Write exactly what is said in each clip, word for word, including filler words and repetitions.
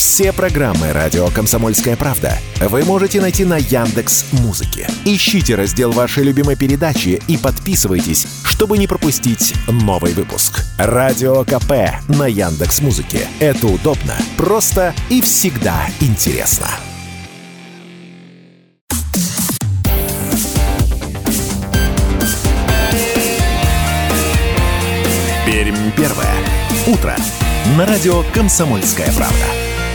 Все программы «Радио Комсомольская правда» вы можете найти на Яндекс.Музыке. Ищите раздел вашей любимой передачи и подписывайтесь, чтобы не пропустить новый выпуск. Радио КП на Яндекс.Музыке. Это удобно, просто и всегда интересно. Пермь первое. Утро. На радио «Комсомольская правда».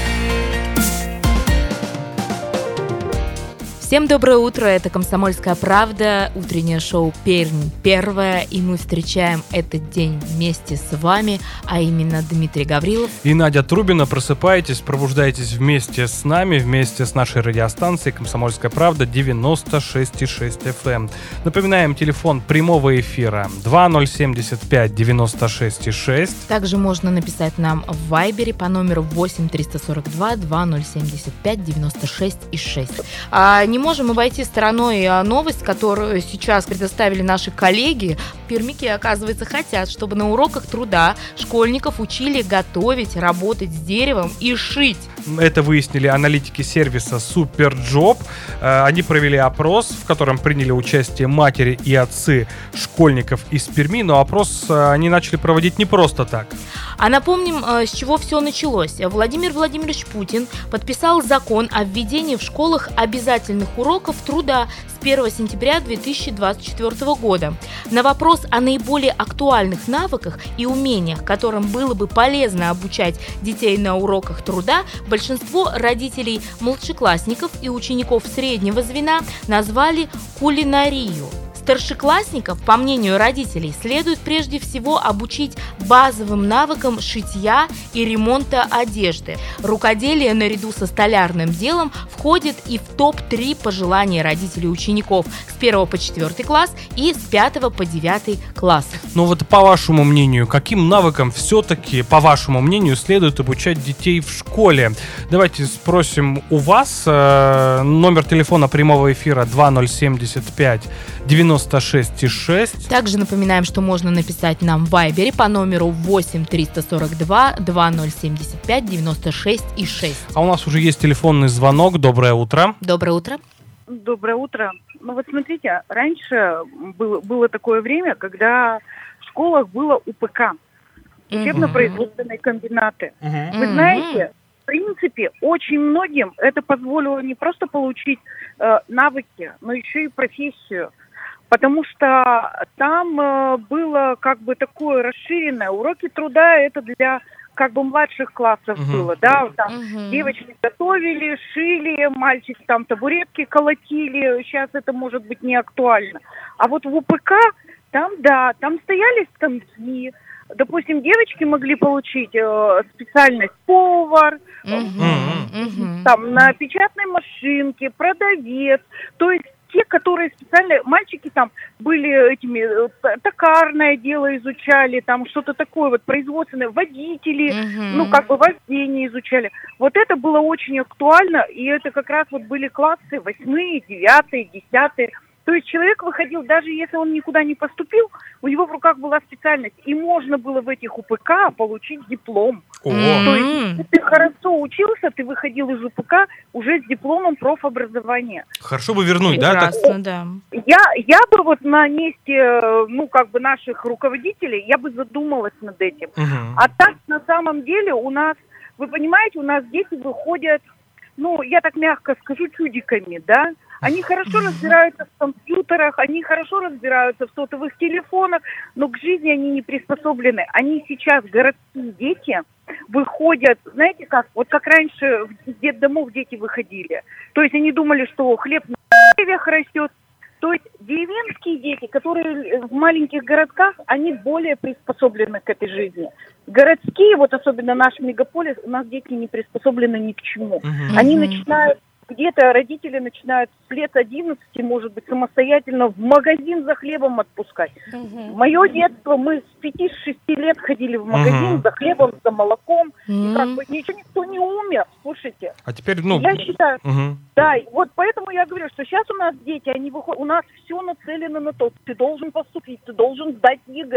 Всем доброе утро, это «Комсомольская правда», утреннее шоу «Пермь первое», и мы встречаем этот день вместе с вами, а именно Дмитрий Гаврилов и Надя Трубина. Просыпайтесь, пробуждайтесь вместе с нами, вместе с нашей радиостанцией «Комсомольская правда» девяносто шесть и шесть эф эм. Напоминаем, телефон прямого эфира два ноль семь пять девяносто шесть и шесть. Также можно написать нам в Вайбере по номеру восемь триста сорок два два ноль семь пять девяносто шесть и шесть. А, не можем обойти стороной новость, которую сейчас предоставили наши коллеги. Пермяки, оказывается, хотят, чтобы на уроках труда школьников учили готовить, работать с деревом и шить. Это выяснили аналитики сервиса SuperJob. Они провели опрос, в котором приняли участие матери и отцы школьников из Перми, но опрос они начали проводить не просто так. А напомним, с чего все началось. Владимир Владимирович Путин подписал закон о введении в школах обязательных уроков труда с первого сентября две тысячи двадцать четвёртого года. На вопрос о наиболее актуальных навыках и умениях, которым было бы полезно обучать детей на уроках труда, большинство родителей младшеклассников и учеников среднего звена назвали кулинарию. Старшеклассников, по мнению родителей, следует прежде всего обучить базовым навыкам шитья и ремонта одежды. Рукоделие наряду со столярным делом входит и в топ три пожеланий родителей учеников с первого по четвёртый класс и с пятого по девятый класс. Ну вот по вашему мнению, каким навыкам все-таки, по вашему мнению, следует обучать детей в школе? Давайте спросим у вас. Номер телефона прямого эфира два ноль семь пять девяносто шесть и шесть. Также напоминаем, что можно написать нам в Вайбере по номеру восемь триста сорок два два ноль семь пять девяносто шесть и шесть. А у нас уже есть телефонный звонок. Доброе утро. Доброе утро. Доброе утро. Ну вот смотрите, раньше было, было такое время, когда в школах было УПК, учебно-производственные комбинаты. Uh-huh. Вы знаете, в принципе, очень многим это позволило не просто получить э, навыки, но еще и профессию. Потому что там э, было как бы такое расширенное. Уроки труда это для как бы младших классов uh-huh. было, да, там uh-huh. девочки готовили, шили, мальчики там табуретки колотили. Сейчас это может быть не актуально. А вот в УПК там, да, там стояли станки. Допустим, девочки могли получить э, специальность повар, uh-huh. Uh-huh. там на печатной машинке, продавец, то есть те, которые специально, мальчики там были этими, токарное дело изучали, там что-то такое вот производственное, водители, uh-huh. ну как бы вождение изучали. Вот это было очень актуально, и это как раз вот были классы восьмые, девятые, десятые. То есть человек выходил, даже если он никуда не поступил, у него в руках была специальность, и можно было в этих УПК получить диплом. О. То есть, если ты хорошо учился, ты выходил из УПК уже с дипломом профобразования. Хорошо бы вернуть, прекрасно, да? да. Я, я бы вот на месте, ну, как бы наших руководителей, я бы задумалась над этим. Угу. А так, на самом деле, у нас, вы понимаете, у нас дети выходят, ну, я так мягко скажу, чудиками, да? Они хорошо разбираются в компьютерах, они хорошо разбираются в сотовых телефонах, но к жизни они не приспособлены. Они сейчас, городские дети, выходят, знаете как, вот как раньше в детдомов дети выходили. То есть они думали, что хлеб на деревьях растет. То есть деревенские дети, которые в маленьких городках, они более приспособлены к этой жизни. Городские, вот особенно наш мегаполис, у нас дети не приспособлены ни к чему. Uh-huh. Они начинают где-то родители начинают с лет одиннадцати, может быть, самостоятельно в магазин за хлебом отпускать. Uh-huh. В мое детство мы с пяти-шести лет ходили в магазин uh-huh. за хлебом, за молоком. Uh-huh. И как бы ничего никто не умер, слушайте. А теперь, ну... Я считаю, uh-huh. да, вот поэтому я говорю, что сейчас у нас дети, они выходят, у нас все нацелено на то, ты должен поступить, ты должен сдать ЕГЭ,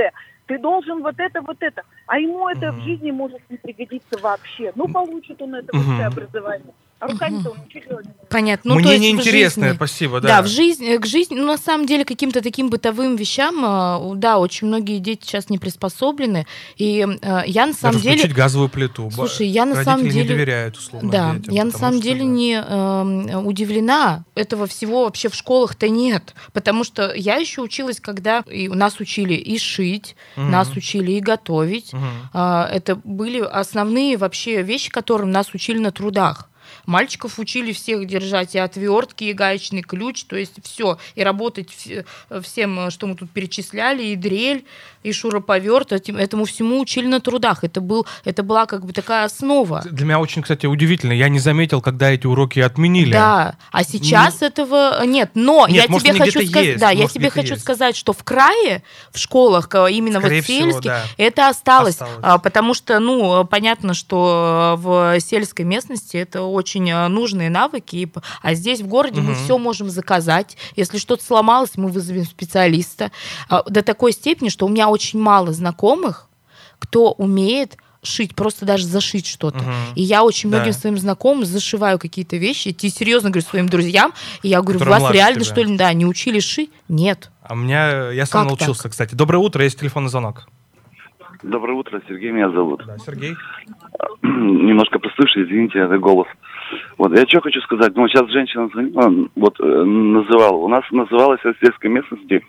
ты должен вот это, вот это. А ему это Мгм. в жизни может не пригодиться вообще. Ну, получит он это Мгм. высшее образование. А руками-то он ничего делать не может. Понятно. Ну, то Мнение есть в интересное, жизни- спасибо, да. Да, в жизни, к жизни, ну, на самом деле, каким-то таким бытовым вещам, э, да, очень многие дети сейчас не приспособлены. И э, я на самом Даже деле... включить газовую плиту. Ба- Слушай, я на Родители самом не деле- доверяют, условно, Да, детям, я на потому самом что, деле да. не э, удивлена. Этого всего вообще в школах-то нет. Потому что я еще училась, когда и нас учили и шить, Мгм. нас учили и готовить. Мгм. А, Это были основные вообще вещи, которым нас учили на трудах. Мальчиков учили всех держать и отвертки, и гаечный ключ, то есть все, и работать вс- всем, что мы тут перечисляли, и дрель, и шуруповерт, этим- этому всему учили на трудах. Это, был, это была как бы такая основа. Для меня очень, кстати, удивительно. Я не заметил, когда эти уроки отменили. Да, а сейчас этого нет. Но Нет, я может, тебе они хочу где-то сказать, есть, да, я может, тебе где-то хочу есть. сказать, что в крае, в школах, к- именно Скорее вот в всего, сельских, да. это осталось, Осталось. А, потому что, ну, понятно, что в сельской местности это очень а, нужные навыки, и п- а здесь в городе мы Мгм. все можем заказать. Если что-то сломалось, мы вызовем специалиста. А, До такой степени, что у меня очень мало знакомых, кто умеет шить, просто даже зашить что-то. Мгм. И я очень Да. многим своим знакомым зашиваю какие-то вещи. Я тебе серьезно говорю своим друзьям. И я говорю, Которые вас младше реально, тебя. что ли, да, не учили шить? Нет. А у меня... Я сам Как научился, кстати. Доброе утро, есть телефонный звонок. Доброе утро, Сергей меня зовут. Да, Сергей. Немножко простывший, извините, это голос. Вот, я что хочу сказать, ну, сейчас женщина звонила, вот, э, называла, у нас называлась в сельской местности,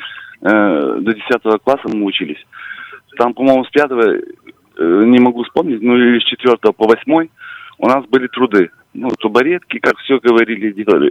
э, до десятого класса мы учились. Там, по-моему, с пятого, э, не могу вспомнить, ну, или с четвертого по восьмой у нас были труды. Ну, тубаретки, как все говорили, делали.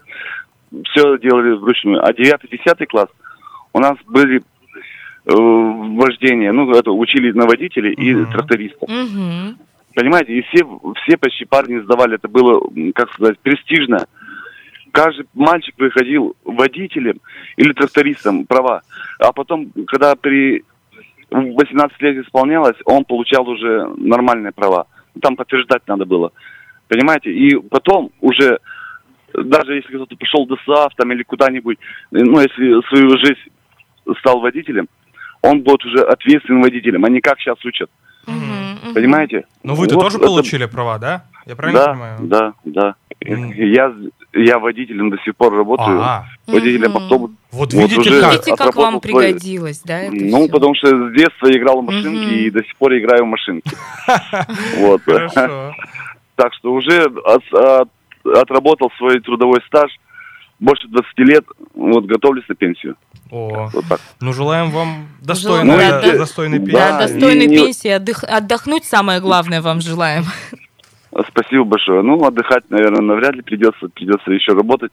Все делали вручную. А девятый, десятый класс у нас были э, вождения, ну, это учили на водителей и Мгм. трактористов. Мгм. Понимаете, и все, все почти парни сдавали, это было, м, как сказать, престижно. Каждый мальчик приходил водителем или трактористом, права. А потом, когда при восемнадцать лет исполнялось, он получал уже нормальные права. Там подтверждать надо было. Понимаете? И потом уже, даже если кто-то пошел в ДОСААФ там или куда-нибудь, ну, если свою жизнь стал водителем, он будет уже ответственным водителем, а не как сейчас учат. Мгм. Мгм. Понимаете? Ну вы-то Вот тоже это- получили права, да? Я правильно Да, понимаю? да, да. М. Я, я водителем до сих пор работаю. А, Водителем Мгм. автобуса. вот Вот видите уже- как. Видите, как отработал вам свой- пригодилось, да, это Ну, всё? потому что с детства играл в машинки Мгм. и до сих пор играю в машинки. Вот. Хорошо. Так что уже от- от- отработал свой трудовой стаж. Больше двадцати лет. Вот готовлюсь на пенсию. О, Вот так. ну желаем вам Желаем, достойной, да, да. достойной Да, пенсии. Да, достойной и не- пенсии, отдых- отдохнуть самое главное вам желаем. Спасибо большое. Ну, отдыхать, наверное, навряд ли придется. Придется еще работать.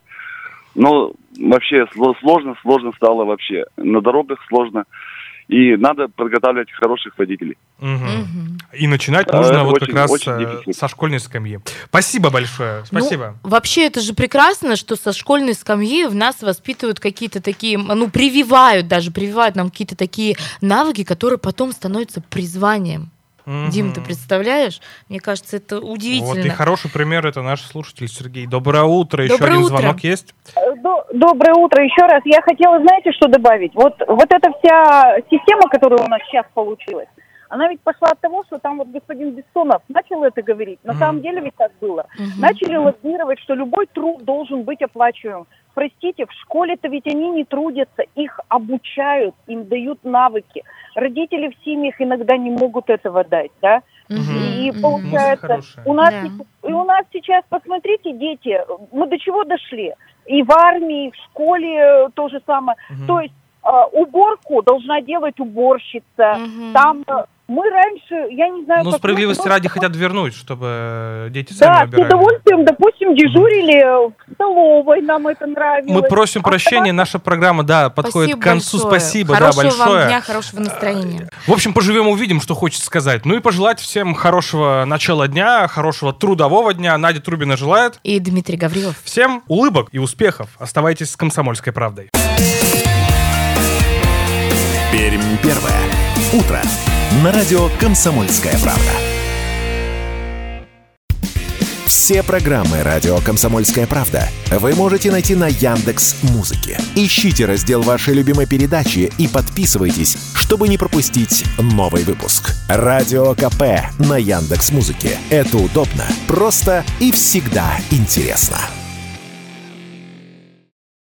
Но вообще сло- сложно, сложно стало вообще. На дорогах сложно. И надо подготавливать хороших водителей. Мгм. Мгм. И начинать А, нужно это вот очень- как раз очень э, дефицит. со школьной скамьи. Спасибо большое. Спасибо. Ну, вообще, это же прекрасно, что со школьной скамьи в нас воспитывают какие-то такие, ну, прививают даже, прививают нам какие-то такие навыки, которые потом становятся призванием. Мгм. Дим, ты представляешь? Мне кажется, это Вот и удивительно. хороший пример это наш слушатель Сергей. Доброе утро. Еще Доброе один утро. звонок есть. До- Доброе утро еще раз. Я хотела, знаете, что добавить? Вот, вот эта вся система, которая у нас сейчас получилась, она ведь пошла от того, что там вот господин Бессонов начал это говорить. На Мгм. самом деле ведь так было. Мгм. Начали лоббировать, что любой труд должен быть оплачиваем. Простите, в школе-то ведь они не трудятся, их обучают, им дают навыки. Родители в семьях иногда не могут этого дать, да? Мгм. И Мгм. получается, хорошая. у нас, Да. и у нас сейчас, посмотрите, дети, мы до чего дошли? И в армии, и в школе э, то же самое. Мгм. То есть э, уборку должна делать уборщица. Мгм. Там э, мы раньше, я не знаю... Ну, как справедливости мы, ради просто- хотят вернуть, чтобы дети сами Да, с выбирали. удовольствием, допустим, дежурили в столовой, нам это нравилось. Мы просим А прощения, наша программа, да, подходит Спасибо к концу. большое. Спасибо, Хорошего да, большое. вам дня, хорошего настроения. В общем, поживем, увидим, что хочется сказать. Ну и пожелать всем хорошего начала дня, хорошего трудового дня. Надя Трубина желает. И Дмитрий Гаврилов. Всем улыбок и успехов. Оставайтесь с «Комсомольской правдой». Пермь первое. Утро. На радио «Комсомольская правда». Все программы «Радио Комсомольская правда» вы можете найти на Яндекс.Музыке. Ищите раздел вашей любимой передачи и подписывайтесь, чтобы не пропустить новый выпуск. Радио КП на Яндекс.Музыке. Это удобно, просто и всегда интересно.